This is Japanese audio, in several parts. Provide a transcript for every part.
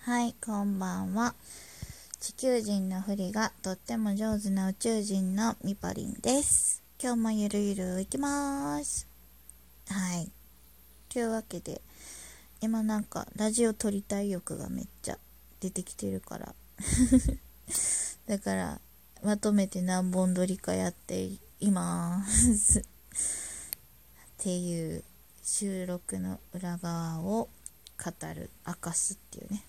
はい、こんばんは。地球人のふりがとっても上手な宇宙人のみぽりんです。今日もゆるゆるいきます。はい。というわけで、今なんかラジオ撮りたい欲がめっちゃ出てきてるから。だから、まとめて何本撮りかやっています。っていう収録の裏側を語る、明かすっていうね。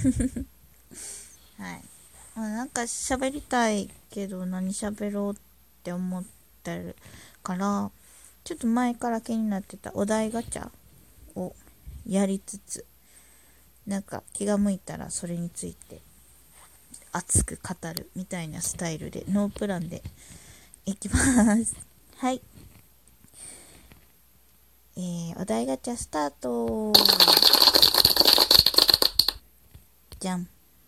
はい。なんか喋りたいけど何喋ろうって思ってるから、ちょっと前から気になってたお題ガチャをやりつつ、なんか気が向いたらそれについて熱く語るみたいなスタイルでノープランでいきます。はい。お題ガチャスタート。じゃん。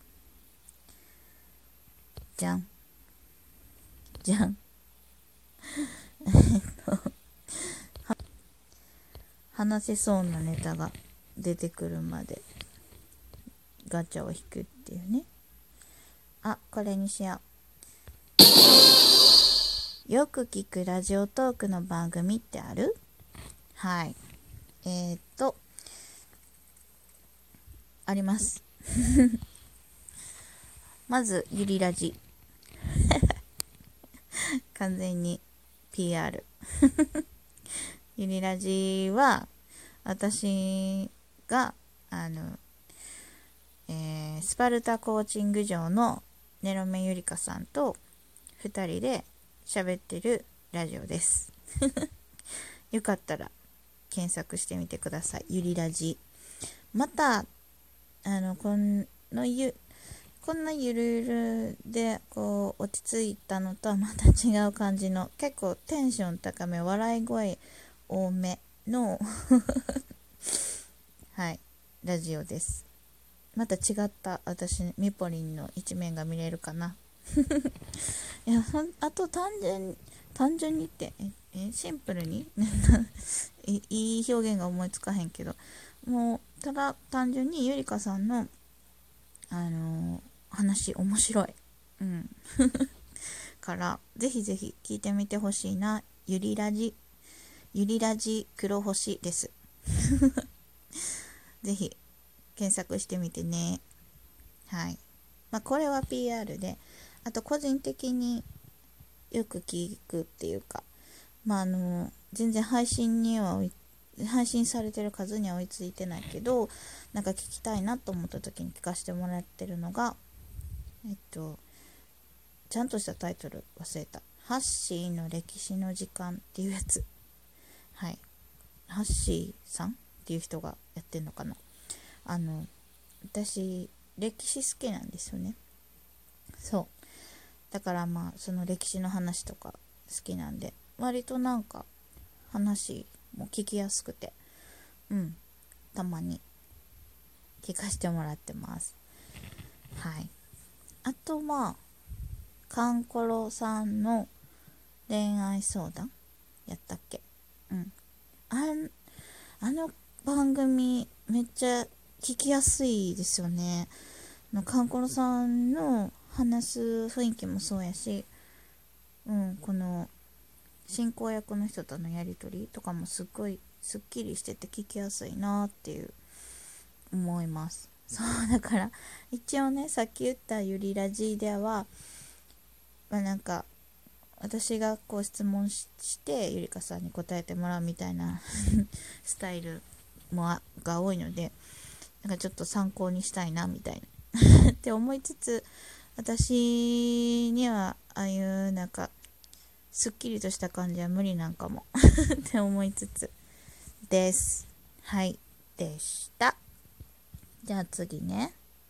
じゃん。じゃん。話せそうなネタが出てくるまでガチャを引くっていうね。これにしよう。よく聞くラジオトークの番組ってある？はい。あります。まず、ゆりラジ。完全に PR。ゆりラジは、私が、スパルタコーチング場のネロメゆりかさんと2人で喋ってるラジオです。よかったら検索してみてください。ゆりラジ。また、こんなゆるゆるでこう落ち着いたのとはまた違う感じの、結構テンション高め、笑い声多めのはい、ラジオです。また違った私みぽりんの一面が見れるかな。いや、あと単純にってシンプルにいい表現が思いつかへんけど、もうただ単純にゆりかさんの話面白い。からぜひぜひ聞いてみてほしいな。ゆりラジ黒星です。ぜひ検索してみてね。はい。これは PR で、あと個人的によく聞くっていうか、全然配信されてる数には追いついてないけど、なんか聞きたいなと思った時に聞かせてもらってるのが、ちゃんとしたタイトル忘れた。ハッシーの歴史の時間っていうやつ。はい。ハッシーさんっていう人がやってんのかな。私歴史好きなんですよね。そうだからその歴史の話とか好きなんで、割となんか話も聞きやすくて、たまに聞かせてもらってます。はい。あとカンコロさんの恋愛相談やったっけ。ああの番組めっちゃ聞きやすいですよね。カンコロさんの話す雰囲気もそうやし、この進行役の人とのやり取りとかもすっごいすっきりしてて聞きやすいなっていう思います。そうだから一応ね、さっき言ったゆりラジでは、なんか私がこう質問してゆりかさんに答えてもらうみたいなスタイルが多いので、なんかちょっと参考にしたいなみたいなって思いつつ、私にはああいうなんかすっきりとした感じは無理なんかもって思いつつです。はいでした。じゃあ次ね。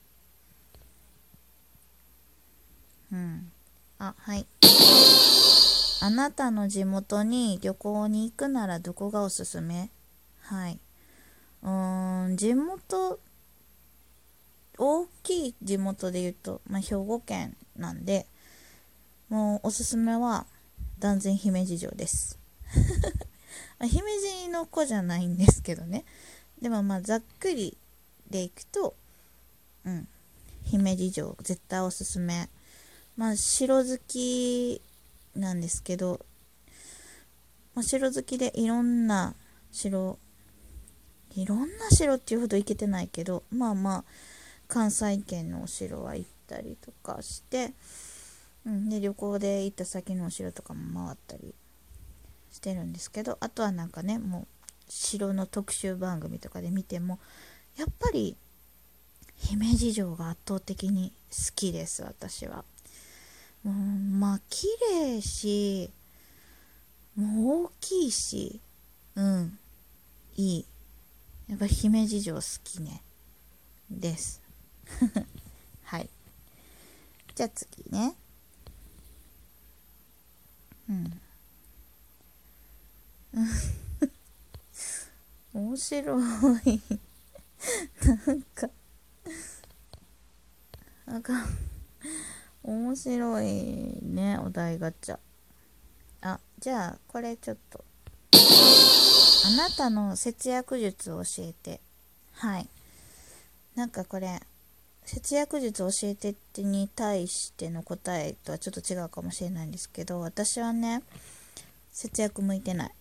はい。あなたの地元に旅行に行くならどこがおすすめ？はい。地元、大きい地元で言うと、兵庫県なんで、もうおすすめは断然姫路城です。姫路の子じゃないんですけどね。でもざっくりでいくと、 うん、姫路城絶対おすすめ。まあ城好きなんですけど、まあ、城好きで城いろんな城っていうほど行けてないけど、まあまあ関西圏のお城は行ったりとかして、で旅行で行った先のお城とかも回ったりしてるんですけど、あとはなんかね、もう城の特集番組とかで見てもやっぱり姫路城が圧倒的に好きです、私は。まあ綺麗し、もう大きいし、いい。やっぱ姫路城好きねですはい。じゃあ次ね。うん面白いなんかなんか面白いね、お題ガチャ。じゃあこれちょっと、あなたの節約術を教えて。はい。なんかこれ、節約術を教えてってに対しての答えとはちょっと違うかもしれないんですけど、私はね、節約向いてない。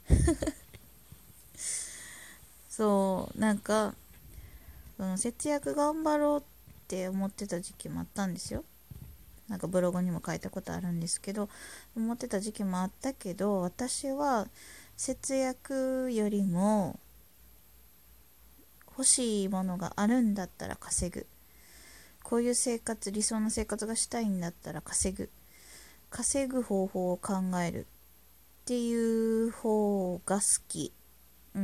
そう、なんか、その節約頑張ろうって思ってた時期もあったんですよ。なんかブログにも書いたことあるんですけど、思ってた時期もあったけど、私は節約よりも欲しいものがあるんだったら稼ぐ。こういう理想の生活がしたいんだったら稼ぐ方法を考えるっていう方が好き。うん。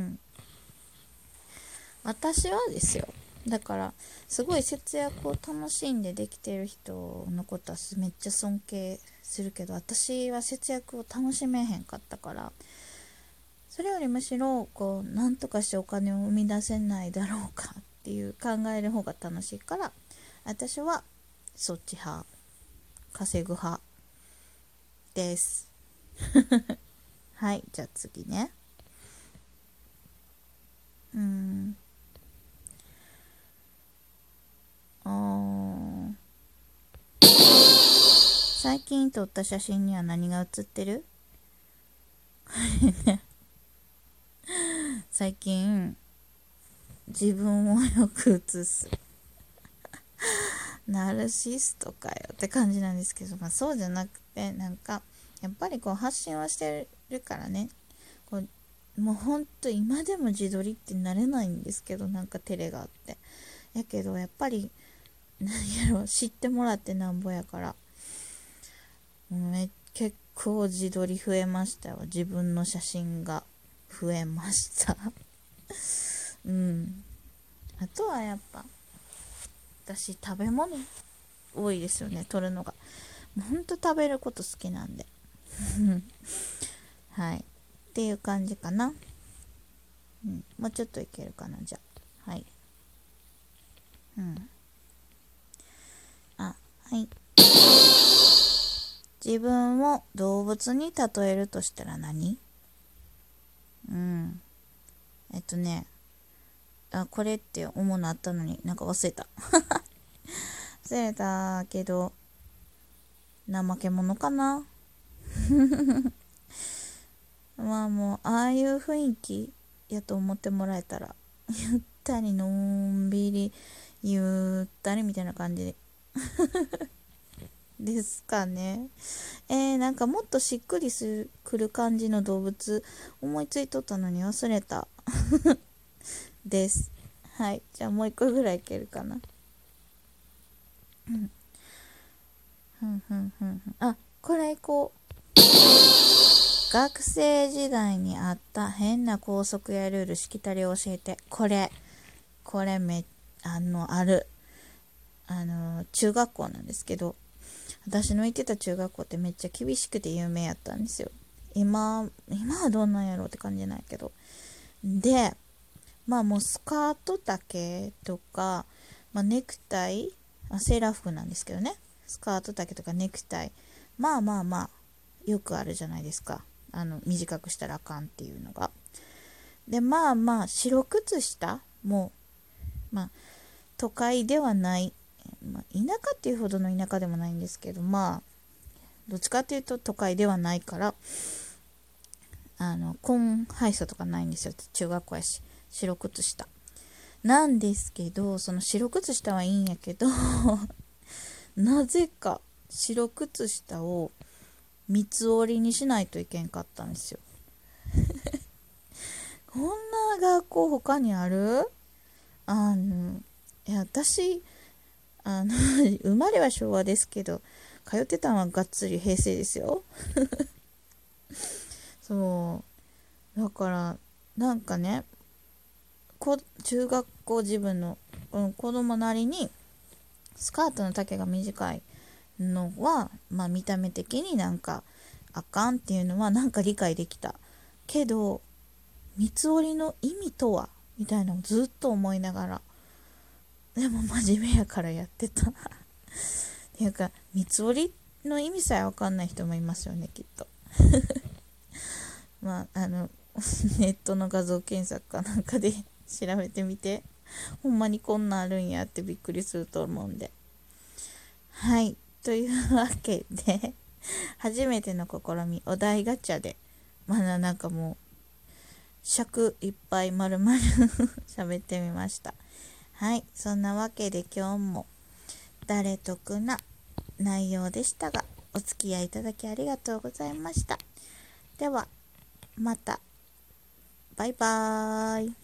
私はですよ。だからすごい節約を楽しんでできてる人のことはめっちゃ尊敬するけど、私は節約を楽しめへんかったから、それよりむしろこうなんとかしてお金を生み出せないだろうかっていう考える方が楽しいから、私はそっち派、稼ぐ派ですはい。じゃあ次ね。うーんあー最近撮った写真には何が写ってる？最近自分をよく写すナルシストかよって感じなんですけど、まあ、そうじゃなくて、なんかやっぱりこう発信はしてるからね、こうもうほんと今でも自撮りってなれないんですけど、なんか照れがあって、やけどやっぱりなんやろ、知ってもらってなんぼやから、結構自撮り増えましたよ。自分の写真が増えましたあとはやっぱ私食べ物多いですよね、撮るのが。もうほんと食べること好きなんではいっていう感じかな。もうちょっといけるかな、じゃあ。はい。はい。自分を動物に例えるとしたら何？うん。これって主なあったのになんか忘れた忘れたけど、怠け者かな。まあもう、ああいう雰囲気やと思ってもらえたら、ゆったりのんびり、ゆったりみたいな感じですかね。なんかもっとしっくりくる感じの動物思いついとったのに忘れたです。はい。じゃあもう一個ぐらいいけるかな。これいこう。学生時代にあった変な校則やルールしきたり教えて。これある。中学校なんですけど、私の行ってた中学校ってめっちゃ厳しくて有名やったんですよ。今はどんなんやろうって感じないけど。で、まあもうスカート丈とか、ネクタイ、セーラー服なんですけどね。スカート丈とかネクタイ。まあまあまあ、よくあるじゃないですか。短くしたらあかんっていうのが。で、まあまあ、白靴下も、まあ、 都会ではない、田舎っていうほどの田舎でもないんですけど、どっちかっていうと都会ではないから、コンハイソとかないんですよ。中学校やし、白靴下なんですけど、その白靴下はいいんやけどなぜか白靴下を三つ折りにしないといけんかったんですよ。こんな学校他にある？いや、私、生まれは昭和ですけど、通ってたのはがっつり平成ですよ。そう。だから、なんかね、中学校自分の、子供なりに、スカートの丈が短いのは、見た目的になんか、あかんっていうのはなんか理解できた。けど、三つ折りの意味とはみたいなのをずっと思いながら、でも真面目やからやってたっていうか、三つ折りの意味さえ分かんない人もいますよね、きっとネットの画像検索かなんかで調べてみて、ほんまにこんなんあるんやってびっくりすると思うんで。はい、というわけで初めての試み、お題ガチャでなんかもう尺いっぱい丸々喋ってみました。はい、そんなわけで今日も誰得な内容でしたが、お付き合いいただきありがとうございました。ではまた。バイバーイ。